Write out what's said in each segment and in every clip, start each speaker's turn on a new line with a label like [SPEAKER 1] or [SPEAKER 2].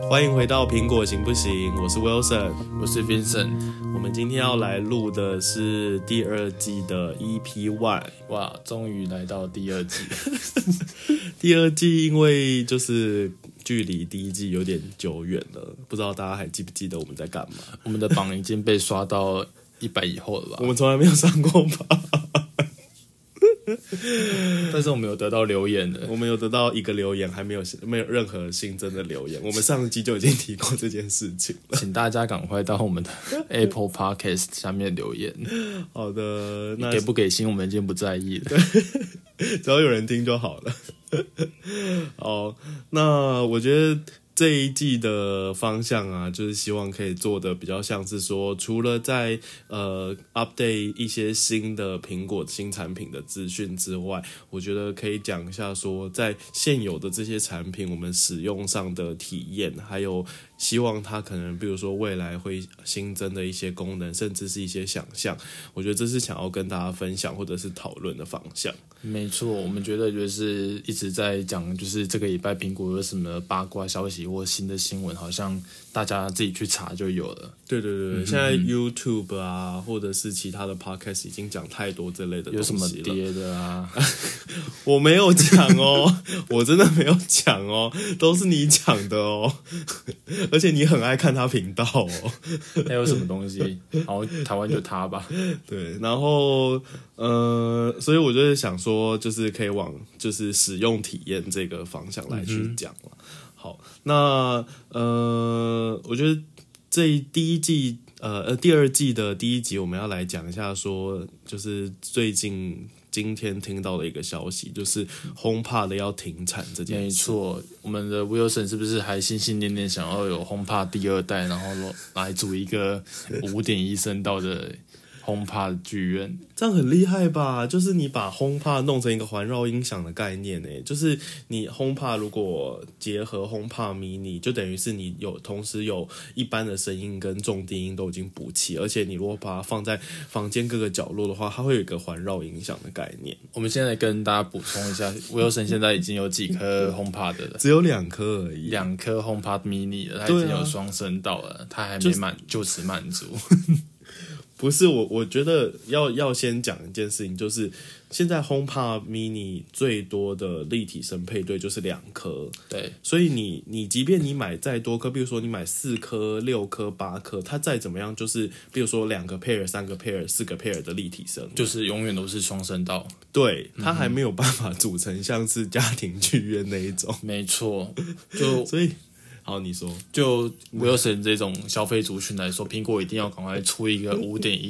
[SPEAKER 1] 欢迎回到苹果行不行？我是 Wilson，
[SPEAKER 2] 我是 Vincent。
[SPEAKER 1] 我们今天要来录的是第二季的 EP1。
[SPEAKER 2] 哇，终于来到第二季。
[SPEAKER 1] 第二季因为就是距离第一季有点久远了，不知道大家还记不记得我们在干嘛？
[SPEAKER 2] 我们的榜已经被刷到100以后了吧？
[SPEAKER 1] 我们从来没有上过榜。
[SPEAKER 2] 但是我们有得到留言的，
[SPEAKER 1] 我们有得到一个留言，还没有任何新增的留言。我们上一季就已经提过这件事情了，
[SPEAKER 2] 请大家赶快到我们的 Apple Podcast 下面留言。
[SPEAKER 1] 好的，那
[SPEAKER 2] 给不给星我们已经不在意了，
[SPEAKER 1] 只要有人听就好了。好，那我觉得这一季的方向啊，就是希望可以做的比较像是说，除了在update 一些新的苹果新产品的资讯之外，我觉得可以讲一下说，在现有的这些产品我们使用上的体验，还有希望它可能比如说未来会新增的一些功能，甚至是一些想象，我觉得这是想要跟大家分享或者是讨论的方向。
[SPEAKER 2] 没错，我们觉得就是一直在讲，就是这个礼拜苹果有什么八卦消息或新的新闻，好像大家自己去查就有了。
[SPEAKER 1] 对对对，现在 YouTube 啊，或者是其他的 Podcast 已经讲太多这类的东西了。
[SPEAKER 2] 有什么跌的啊？
[SPEAKER 1] 我没有讲哦，我真的没有讲哦，都是你讲的哦。而且你很爱看他频道哦。
[SPEAKER 2] 还有什么东西？好，台湾就他吧。
[SPEAKER 1] 对，然后所以我就是想说，就是可以往就是使用体验这个方向来去讲了。好，那我觉得第二季的第一集，我们要来讲一下说，就是今天听到的一个消息，就是 HomePod 要停产这件事。
[SPEAKER 2] 没错，我们的 Wilson 是不是还心心念念想要有 HomePod 第二代，然后来组一个5.1声道的 HomePod 剧院？
[SPEAKER 1] 这样很厉害吧？就是你把 HomePod 弄成一个环绕音响的概念诶，就是你 HomePod 如果结合 HomePod mini， 就等于是你同时有一般的声音跟重低音都已经补齐，而且你如果把它放在房间各个角落的话，它会有一个环绕音响的概念。
[SPEAKER 2] 我们现在跟大家补充一下，Wilson 现在已经有几颗 HomePod 了？
[SPEAKER 1] 只有2颗而已
[SPEAKER 2] ，2颗 HomePod mini 了，它已经有双声道了，它还没就此满足。
[SPEAKER 1] 不是我觉得要先讲一件事情，就是现在 HomePod mini 最多的立体声配对就是2颗，
[SPEAKER 2] 对，
[SPEAKER 1] 所以你即便你买再多颗，比如说你买4颗、6颗、8颗，它再怎么样就是比如说2个 pair、3个 pair、4个 pair 的立体声，
[SPEAKER 2] 就是永远都是双声道。
[SPEAKER 1] 对，它还没有办法组成像是家庭剧院那一种。
[SPEAKER 2] 没错，就
[SPEAKER 1] 所以。好，你说，
[SPEAKER 2] 就 Wilson 这种消费族群来说，苹果一定要赶快出一个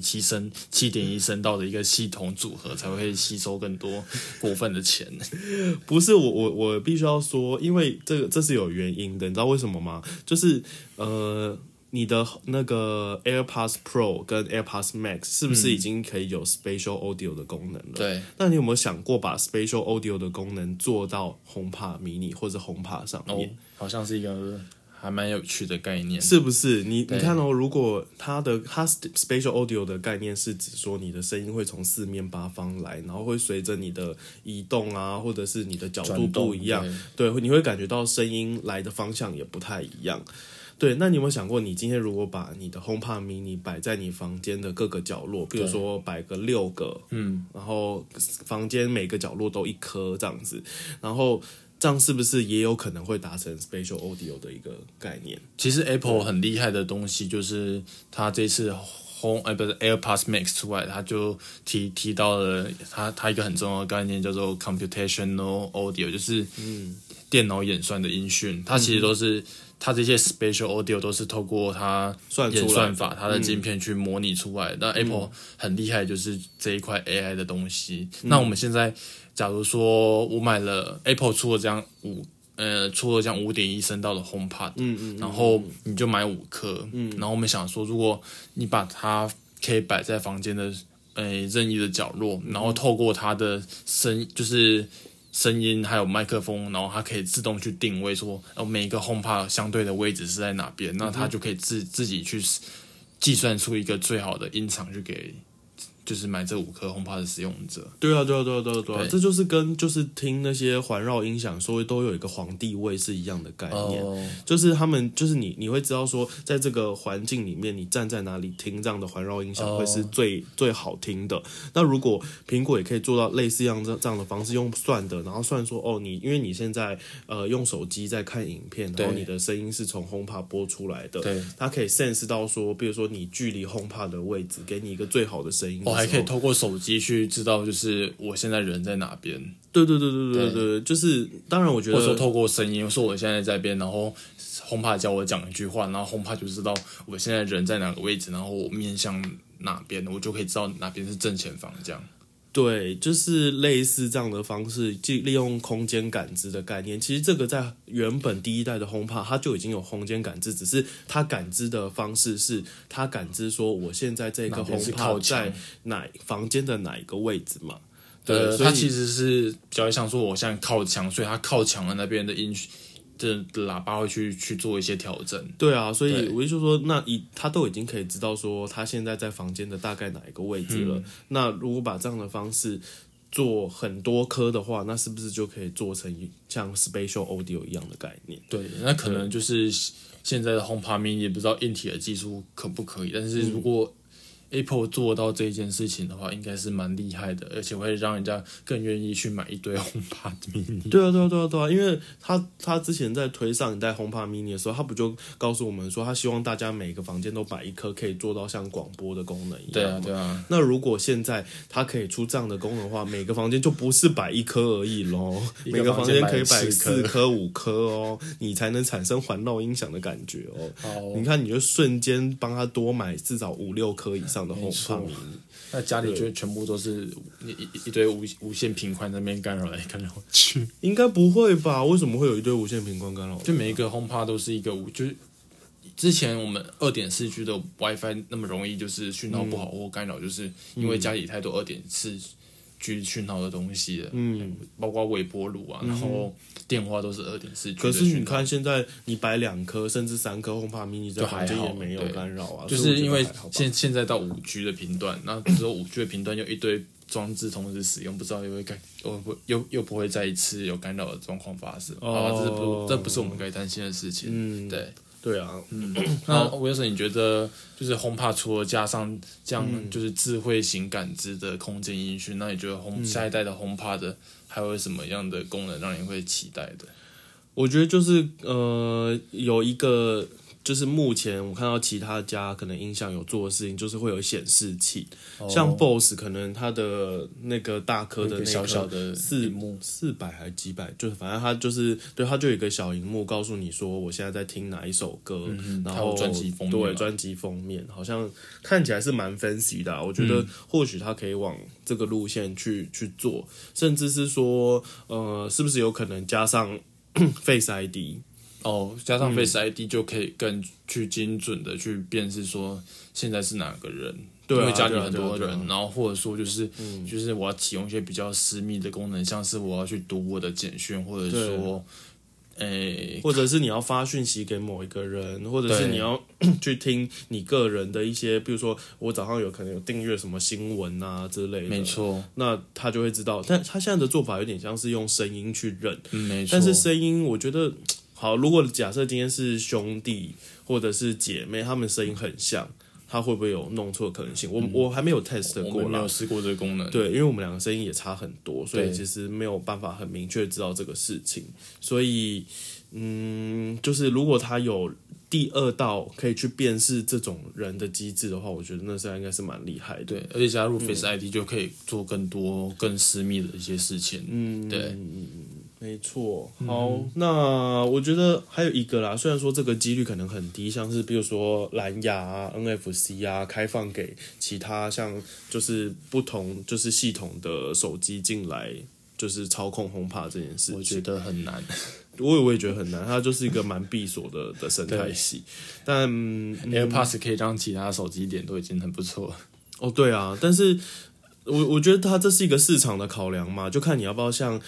[SPEAKER 2] 5.1、7.1声道的一个系统组合，才会吸收更多过分的钱。
[SPEAKER 1] 不是我必须要说，因为这是有原因的，你知道为什么吗？就是你的那个 AirPods Pro 跟 AirPods Max 是不是已经可以有 Spatial Audio 的功能了？
[SPEAKER 2] 对。
[SPEAKER 1] 那你有没有想过把 Spatial Audio 的功能做到 HomePod mini 或者 HomePod 上面？
[SPEAKER 2] 好像是一个还蛮有趣的概念，
[SPEAKER 1] 是不是？你看哦，如果它 Spatial Audio 的概念是指说你的声音会从4面8方来，然后会随着你的移动啊，或者是你的角度不一样，对，你会感觉到声音来的方向也不太一样。对，那你有没有想过，你今天如果把你的 HomePod mini 摆在你房间的各个角落，比如说摆个6个，然后房间每个角落都1颗这样子，然后这样是不是也有可能会达成 Spatial Audio 的一个概念？
[SPEAKER 2] 其实 Apple 很厉害的东西就是它这次不是 AirPods Max 出来，它就提到了它一个很重要的概念叫做 Computational Audio， 就是电脑演算的音讯，它其实都是。它这些 Spatial Audio 都是透过它演算法、它的晶片去模拟出来的。那 Apple 很厉害，就是这一块 AI 的东西。那我们现在，假如说我买了 Apple 出了这样5.1声道的 HomePod，然后你就买5颗，然后我们想说，如果你把它可以摆在房间的任意的角落，然后透过它的声音还有麦克风，然后它可以自动去定位说，每一个 HomePod 相对的位置是在哪边，那它就可以自己去计算出一个最好的音场去给就是买这5颗 HomePod 的使用者。
[SPEAKER 1] 对啊，这就是跟就是听那些环绕音响说都有一个皇帝位是一样的概念，就是他们就是你会知道说，在这个环境里面，你站在哪里听这样的环绕音响会是最好听的。那如果苹果也可以做到类似这样的方式，用算的，然后算说因为你现在用手机在看影片，然后你的声音是从 HomePod 播出来的，
[SPEAKER 2] 对，
[SPEAKER 1] 它可以 sense 到说，比如说你距离 HomePod 的位置，给你一个最好的声音。
[SPEAKER 2] 还可以透过手机去知道，就是我现在人在哪边。
[SPEAKER 1] 对，就是当然，我觉得
[SPEAKER 2] 或者说透过声音，说我现在在边，然后 HomePod 叫我讲一句话，然后 HomePod 就知道我现在人在哪个位置，然后我面向哪边，我就可以知道哪边是正前方这样。
[SPEAKER 1] 对，就是类似这样的方式，利用空间感知的概念。其实这个在原本第一代的 HomePod 它就已经有空间感知，只是它感知的方式是它感知说我现在这个 HomePod 在房间的哪一个位置嘛。对，
[SPEAKER 2] 它其实是比较像说我现在靠墙，所以它靠墙的那边的音的喇叭会去做一些调整。
[SPEAKER 1] 对啊，所以我就说，他都已经可以知道说他现在在房间的大概哪一个位置了。那如果把这样的方式做很多颗的话，那是不是就可以做成像 Spatial Audio 一样的概念？
[SPEAKER 2] 对，那可能就是现在的 HomePod Mini 也不知道硬体的技术可不可以，但是如果Apple 做到这件事情的话，应该是蛮厉害的，而且会让人家更愿意去买一堆 HomePod Mini。
[SPEAKER 1] 对啊，因为他之前在推上一代 HomePod Mini 的时候，他不就告诉我们说，他希望大家每个房间都摆一颗，可以做到像广播的功能一样。
[SPEAKER 2] 对啊。
[SPEAKER 1] 那如果现在他可以出这样的功能的话，每个房间就不是摆1颗而已咯，每个房间可以摆4颗、5颗哦，你才能产生环绕音响的感觉哦。你看，你就瞬间帮他多买至少5、6颗以上的 HomePod Mini，
[SPEAKER 2] 那家里就全部都是一堆无线频宽那边干扰来干扰去。
[SPEAKER 1] 应该不会吧？为什么会有一堆无线频宽干扰？
[SPEAKER 2] 就每一个 HomePod 都是一个就是之前我们2.4G 的 WiFi 那么容易就是讯号不好或干扰，就是因为家里太多2.4G 讯号的东西了，包括微波炉啊，然后电话都是2.4G 的讯号。
[SPEAKER 1] 可是你看现在你摆2颗甚至3颗 HomePod Mini 在房间也没有干扰啊，
[SPEAKER 2] 就是因为现在到5G 的频段，那之后5G 的频段又一堆装置同时使用，不知道又不会再一次有干扰的状况发生。这不是我们该担心的事情。
[SPEAKER 1] 对啊，
[SPEAKER 2] 那Wilson，你觉得就是 HomePod 除了加上这样就是智慧型感知的空间音讯，那你觉得下一代的 HomePod 还有什么样的功能让你会期待的？
[SPEAKER 1] 我觉得就是有一个。就是目前我看到其他家可能音响有做的事情，就是会有显示器，像 BOSS 可能它的那个大颗的那个
[SPEAKER 2] 小小的
[SPEAKER 1] 400还是几百，就是反正它就是对，它就有一个小荧幕告诉你说我现在在听哪一首歌，然后
[SPEAKER 2] 专辑封面，
[SPEAKER 1] 对，专辑封面好像看起来是蛮分析的我觉得或许它可以往这个路线去做，甚至是说是不是有可能加上Face ID。
[SPEAKER 2] 加上 Face ID 就可以更去精准的去辨识说现在是哪个人，因为家里很多人，然后或者说就是我要启用一些比较私密的功能，像是我要去读我的简讯，或者说
[SPEAKER 1] 或者是你要发讯息给某一个人，或者是你要去听你个人的一些，比如说我早上可能有订阅什么新闻啊之类的，
[SPEAKER 2] 没错，
[SPEAKER 1] 那他就会知道。但他现在的做法有点像是用声音去认，
[SPEAKER 2] 没错。
[SPEAKER 1] 但是声音我觉得好，如果假设今天是兄弟或者是姐妹，他们声音很像，他会不会有弄错的可能性？我还没有 test 过啦，
[SPEAKER 2] 我没有试过这个功能。
[SPEAKER 1] 对，因为我们两个声音也差很多，所以其实没有办法很明确知道这个事情。所以，就是如果他有第2道可以去辨识这种人的机制的话，我觉得那应该是蛮厉害的。
[SPEAKER 2] 对，而且加入 Face ID 就可以做更多更私密的一些事情。对。
[SPEAKER 1] 没错，好，那我觉得还有一个啦，虽然说这个几率可能很低，像是比如说蓝牙啊、NFC 啊，开放给其他像就是不同就是系统的手机进来，就是操控 HomePod 这件事情，
[SPEAKER 2] 我觉得很难。
[SPEAKER 1] 我也觉得很难，它就是一个蛮闭锁的生态系。但
[SPEAKER 2] AirPods 可以让其他手机点都已经很不错了。
[SPEAKER 1] 对啊，但是。我觉得它这是一个市场的考量嘛，就看你要不要像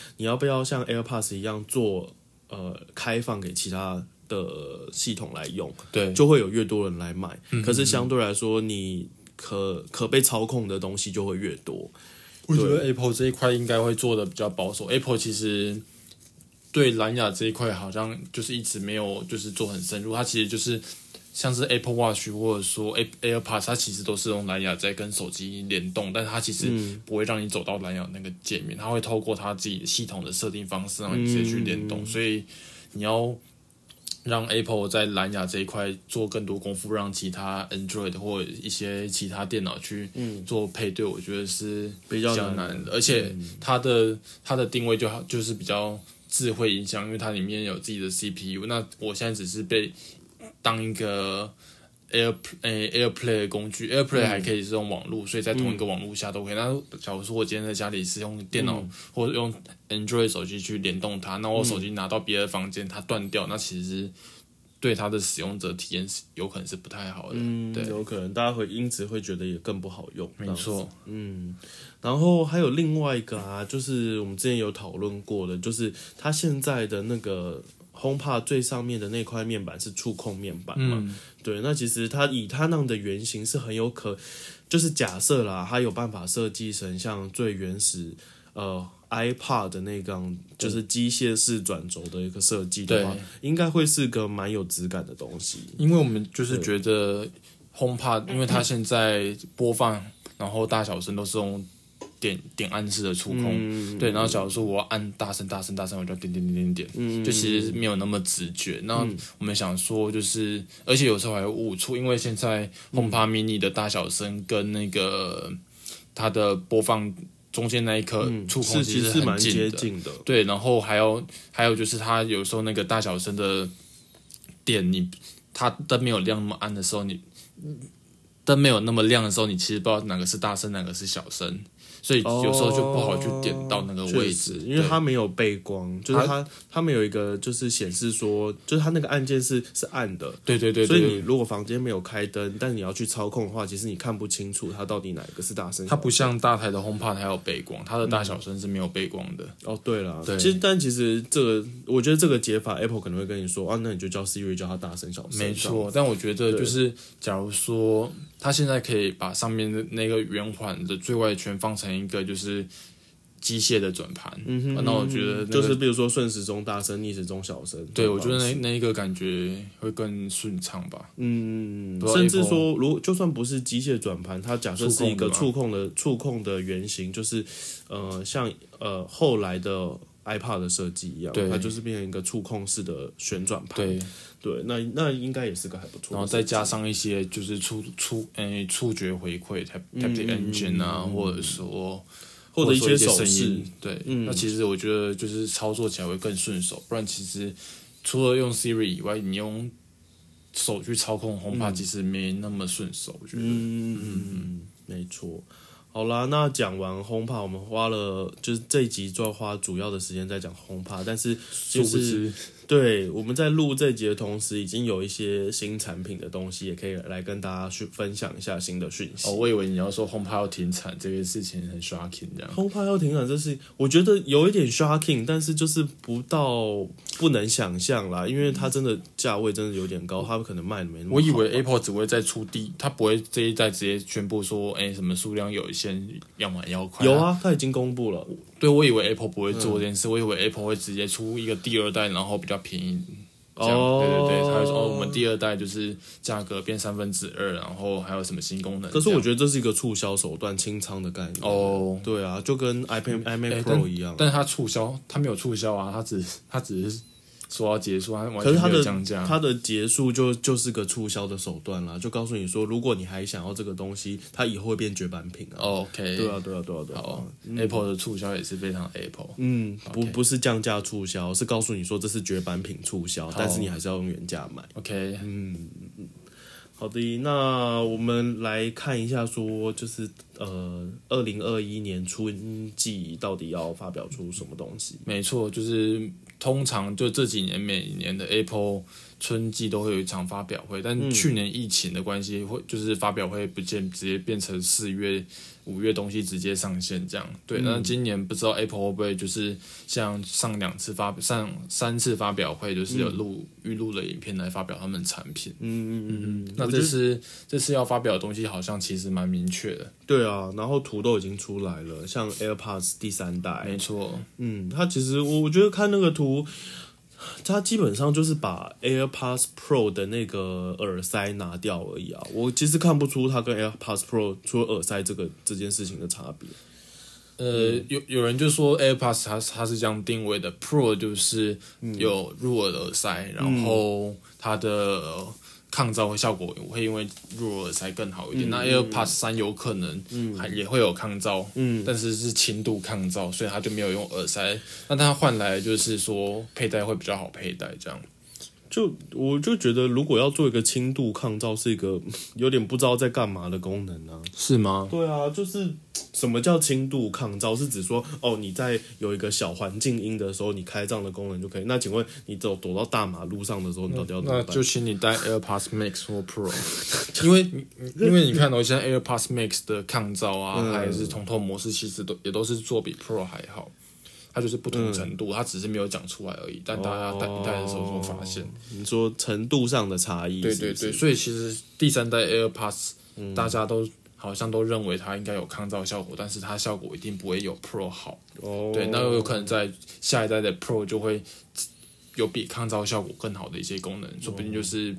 [SPEAKER 1] AirPods 一样做开放给其他的系统来用，
[SPEAKER 2] 对，
[SPEAKER 1] 就会有越多人来买。可是相对来说，你可被操控的东西就会越多。
[SPEAKER 2] 我觉得 Apple 这一块应该会做的比较保守。Apple 其实对蓝牙这一块好像就是一直没有就是做很深入，它其实就是像是 Apple Watch 或者说 AirPods， 它其实都是用蓝牙在跟手机联动，但是它其实不会让你走到蓝牙那个界面，它会透过它自己系统的设定方式让你直接去联动，所以你要让 Apple 在蓝牙这一块做更多功夫，让其他 Android 或一些其他电脑去做配对，我觉得是比较难的，而且它的定位就是比较智慧音箱，因为它里面有自己的 CPU， 那我现在只是被当一个 AirPlay 的工具 ，AirPlay 还可以是用网络，所以在同一个网络下都可以。那假如说我今天在家里是用电脑或者用 Android 手机去联动它，那我手机拿到别的房间它断掉，那其实对它的使用者体验有可能是不太好的。对，
[SPEAKER 1] 有可能大家因此会觉得也更不好用。
[SPEAKER 2] 没错，
[SPEAKER 1] 然后还有另外一个啊，就是我们之前有讨论过的，就是它现在的那个HomePod 最上面的那块面板是触控面板嘛？对，那其实它以它那样的原型是很有就是假设啦，它有办法设计成像最原始iPod 的那个就是机械式转轴的一个设计的话，应该会是个蛮有质感的东西。
[SPEAKER 2] 因为我们就是觉得 HomePod， 因为它现在播放然后大小声都是用点按式的触控，对，然后假如说我要按大声，我就点，就其实没有那么直觉。那我们想说，就是而且有时候还会误触，因为现在 HomePod mini 的大小声跟那个它的播放中间那一颗触控其实
[SPEAKER 1] 是蛮
[SPEAKER 2] 接
[SPEAKER 1] 近的，
[SPEAKER 2] 对，然后还有就是它有时候那个大小声的点，它灯没有亮那么暗的时候，灯没有那么亮的时候，你其实不知道哪个是大声，哪个是小声。所以有时候就不好去点到那个位置，
[SPEAKER 1] 因为它没有背光，就是它没有一个就是显示说，就是它那个按键是暗的，
[SPEAKER 2] 对，
[SPEAKER 1] 所以你如果房间没有开灯，但你要去操控的话，其实你看不清楚它到底哪一个是大声。
[SPEAKER 2] 它不像大台的 HomePod 还有背光，它的大小声是没有背光的。
[SPEAKER 1] 对啦，其实这个我觉得这个解法 Apple 可能会跟你说那你就叫 Siri 叫它大声小声。
[SPEAKER 2] 没错，但我觉得就是假如说它现在可以把上面的那个圆环的最外圈放成一个就是机械的转盘，那我觉得
[SPEAKER 1] 就是比如说顺时钟大声，逆时钟小声。
[SPEAKER 2] 对，我觉得那一个感觉会更顺畅吧。
[SPEAKER 1] 甚至说，就算不是机械转盘，它假设是一个触控的原型，就是像后来的 iPod 的设计一样，它就是变成一个触控式的旋转盘。对，那应该也是个还不错。
[SPEAKER 2] 然后再加上一些就是触觉回馈 Taptic Engine 啊，或者
[SPEAKER 1] 一些手
[SPEAKER 2] 势
[SPEAKER 1] 势，
[SPEAKER 2] 对，那其实我觉得就是操作起来会更顺手。不然其实除了用 Siri 以外，你用手去操控 HomePod 其实没那么顺手。我觉得，
[SPEAKER 1] 没错。好啦，那讲完 HomePod， 我们花了就是这一集就要花主要的时间在讲 HomePod， 但是就是对我们在录这一集的同时，已经有一些新产品的东西，也可以来跟大家去分享一下新的讯息。
[SPEAKER 2] 我以为你要说 HomePod 要停产这件事情很 shocking 这样。
[SPEAKER 1] HomePod 要停产，这是我觉得有一点 shocking， 但是就是不能想象啦，因为它真的价位真的有点高，它可能卖的没那么好。
[SPEAKER 2] 我以为 Apple 只会再出它不会这一代直接宣布说，什么数量有一些要买要快。
[SPEAKER 1] 有啊，它已经公布了。
[SPEAKER 2] 对，我以为 Apple 不会做这件事，我以为 Apple 会直接出一个第二代，然后比较便宜。对，他会说我们第二代就是价格变2/3，然后还有什么新功能。
[SPEAKER 1] 可是我觉得这是一个促销手段，清仓的概念。对啊，就跟 iMac Pro 一样。
[SPEAKER 2] 但是他没有促销啊，他只是说要结束，
[SPEAKER 1] 可是它
[SPEAKER 2] 的
[SPEAKER 1] 结束就是个促销的手段啦，就告诉你说，如果你还想要这个东西，它以后会变绝版品啊。
[SPEAKER 2] OK，
[SPEAKER 1] 对啊。
[SPEAKER 2] 好，Apple 的促销也是非常 Apple。
[SPEAKER 1] 不是降价促销，是告诉你说这是绝版品促销，但是你还是要用原价买。
[SPEAKER 2] OK，
[SPEAKER 1] 好的，那我们来看一下，说就是2021年春季到底要发表出什么东西？
[SPEAKER 2] 没错，就是通常就这几年每年的 Apple 春季都会有一场发表会，但去年疫情的关系，就是发表会不见，直接变成4月、5月东西直接上线这样。对，那今年不知道 Apple 会不会就是像上3次发表会，就是有预录的影片来发表他们的产品。那这次要发表的东西好像其实蛮明确的。
[SPEAKER 1] 对啊，然后图都已经出来了，像 AirPods 第3代，
[SPEAKER 2] 没错。
[SPEAKER 1] 它其实我觉得看那个图。它基本上就是把 AirPods Pro 的那个耳塞拿掉而已啊，我其实看不出它跟 AirPods Pro 除了耳塞这件事情的差别。
[SPEAKER 2] 有人就说 AirPods 它是这样定位的 ，Pro 就是有入耳的耳塞，然后它的抗噪效果会因为入耳塞更好一点。那 AirPods 3有可能也会有抗噪，但是是轻度抗噪，所以它就没有用耳塞。那它换来就是说佩戴会比较好佩戴这样。
[SPEAKER 1] 我就觉得，如果要做一个轻度抗噪，是一个有点不知道在干嘛的功能啊。
[SPEAKER 2] 是吗？
[SPEAKER 1] 对啊，就是什么叫轻度抗噪？是指说，你在有一个小环境音的时候，你开这样的功能就可以。那请问你躲到大马路上的时候，你到底要怎么办？
[SPEAKER 2] 那就请你戴 AirPods Max 或 Pro， 因为你看到现在 AirPods Max 的抗噪啊，还是通透模式，其实也都是做比 Pro 还好。它就是不同程度，它只是没有讲出来而已。但大家戴的时候会发现，
[SPEAKER 1] 你说程度上的差异是不是？
[SPEAKER 2] 对，所以其实第3代 AirPods，大家都好像都认为它应该有抗噪效果，但是它效果一定不会有 Pro 好。对，那有可能在下一代的 Pro 就会有比抗噪效果更好的一些功能，说不定就是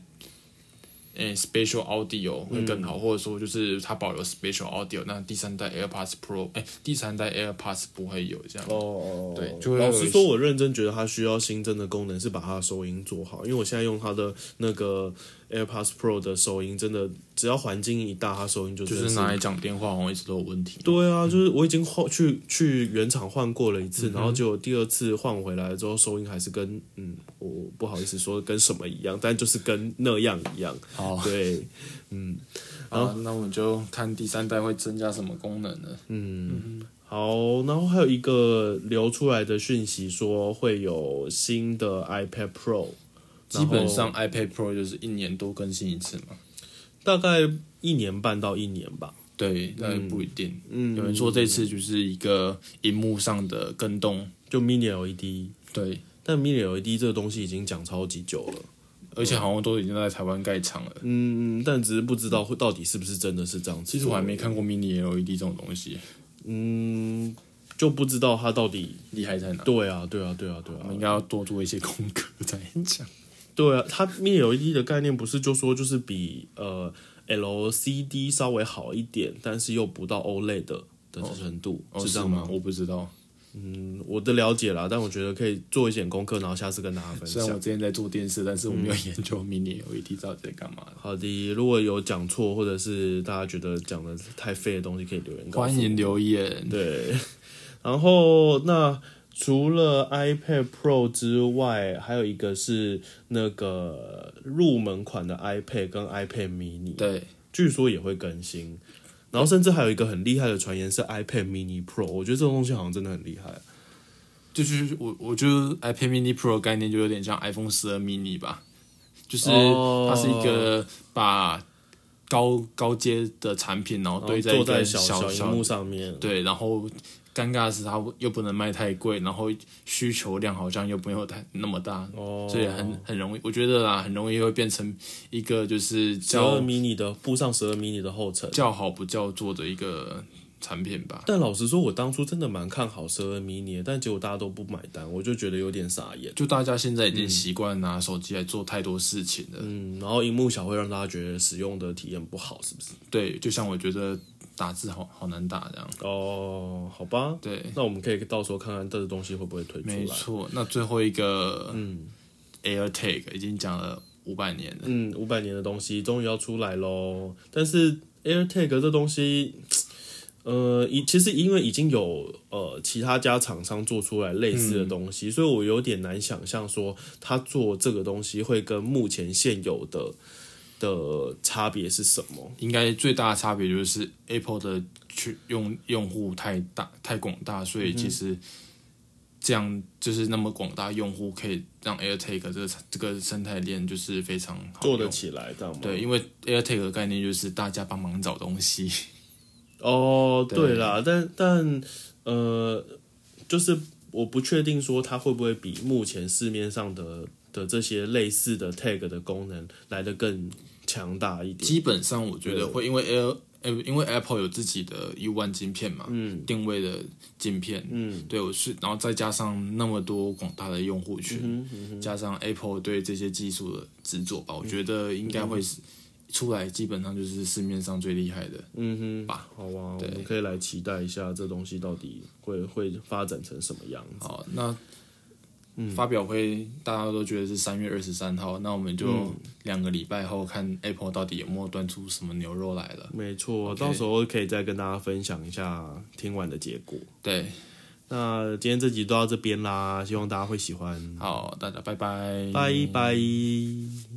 [SPEAKER 2] Spatial Audio 会更好，或者说就是它保留 Spatial Audio， 那第3代 AirPods Pro，第3代 AirPods 不会有这样。对，就会
[SPEAKER 1] 老实说，我认真觉得它需要新增的功能是把它的收音做好，因为我现在用它的那个 AirPods Pro 的收音，真的只要环境一大，它收音就是
[SPEAKER 2] 拿来讲电话，好像一直都有问题。
[SPEAKER 1] 对啊，就是我已经去原厂换过了一次，然后结果第2次换回来之后，收音还是跟我不好意思说跟什么一样，但就是跟那样一样。
[SPEAKER 2] 好，
[SPEAKER 1] 对，
[SPEAKER 2] 好，那我们就看第3代会增加什么功能呢？
[SPEAKER 1] 好，然后还有一个流出来的讯息说会有新的 iPad Pro，
[SPEAKER 2] 基本上 iPad Pro 就是1年多更新一次嘛，
[SPEAKER 1] 大概1年半到1年吧。
[SPEAKER 2] 对，但不一定。有人说这次就是一个萤幕上的更动，
[SPEAKER 1] 就 Mini LED。
[SPEAKER 2] 对，
[SPEAKER 1] 但 Mini LED 这个东西已经讲超级久了。
[SPEAKER 2] 而且好像都已经在台湾盖厂了。
[SPEAKER 1] 但只是不知道到底是不是真的是这样子。
[SPEAKER 2] 其实我还没看过 Mini LED 这种东西。
[SPEAKER 1] 就不知道它到底
[SPEAKER 2] 厉害在哪。
[SPEAKER 1] 对啊。
[SPEAKER 2] 我们应该要多做一些功课再讲。
[SPEAKER 1] 对啊，它 Mini LED 的概念不是就说就是比LCD 稍微好一点，但是又不到 OLED 的程度，是这样吗？
[SPEAKER 2] 我不知道。
[SPEAKER 1] 我的了解啦，但我觉得可以做一点功课，然后下次跟大家分享。
[SPEAKER 2] 虽然我之前在做电视，但是我没有研究 Mini LED 到底在干嘛的。
[SPEAKER 1] 好的，如果有讲错，或者是大家觉得讲的太废的东西，可以留言告诉我。
[SPEAKER 2] 欢迎留言。
[SPEAKER 1] 对，然后那除了 iPad Pro 之外，还有一个是那个入门款的 iPad 跟 iPad Mini，
[SPEAKER 2] 对，
[SPEAKER 1] 据说也会更新。然后甚至还有一个很厉害的传言是 iPad Mini Pro， 我觉得这种东西好像真的很厉害。
[SPEAKER 2] 就是我觉得 iPad Mini Pro 的概念就有点像 iPhone 12 mini 吧，就是它是一个把高阶的产品，然后堆在一个
[SPEAKER 1] 小荧幕上面，
[SPEAKER 2] 对，然后尴尬的是它又不能卖太贵，然后需求量好像又没有那么大，所以很容易，我觉得啦，很容易会变成一个就是
[SPEAKER 1] 12 mini 的附上12 mini 的后尘，
[SPEAKER 2] 叫好不叫座的一个产品吧。
[SPEAKER 1] 但老实说，我当初真的蛮看好12 mini 的，但结果大家都不买单，我就觉得有点傻眼。
[SPEAKER 2] 就大家现在已经习惯拿手机来做太多事情了，
[SPEAKER 1] 然后萤幕小会让大家觉得使用的体验不好，是不是？
[SPEAKER 2] 对，就像我觉得打字好难打这样。
[SPEAKER 1] 好吧。
[SPEAKER 2] 对，
[SPEAKER 1] 那我们可以到时候看看这个东西会不会推出来。
[SPEAKER 2] 没错，那最后一个AirTag 已经讲了500年了
[SPEAKER 1] ，500年的东西终于要出来咯。但是 AirTag 这东西，其实因为已经有其他家厂商做出来类似的东西，所以我有点难想象说他做这个东西会跟目前现有的差别是什么？
[SPEAKER 2] 应该最大的差别就是 Apple 的用户太广大，所以其实这样就是那么广大用户可以让 AirTag 这个生态链就是非常好用
[SPEAKER 1] 做得起来，这样吗？
[SPEAKER 2] 对，因为 AirTag 的概念就是大家帮忙找东西。
[SPEAKER 1] 哦，对啦，但就是我不确定说它会不会比目前市面上的这些类似的 tag 的功能来得更强大一点。
[SPEAKER 2] 基本上我觉得会，因为 Apple 有自己的U1晶片嘛，定位的晶片，对，然后再加上那么多广大的用户群，加上 Apple 对这些技术的执着吧，我觉得应该会是出来，基本上就是市面上最厉害的，吧。
[SPEAKER 1] 好啊，我们可以来期待一下这东西到底会发展成什么样子。
[SPEAKER 2] 好，那发表会大家都觉得是3月23号，那我们就2个礼拜后看 Apple 到底有没有端出什么牛肉来了。
[SPEAKER 1] 没错，到时候可以再跟大家分享一下听完的结果。
[SPEAKER 2] 对，
[SPEAKER 1] 那今天这集就到这边啦，希望大家会喜欢。
[SPEAKER 2] 好，大家拜拜，
[SPEAKER 1] 拜拜。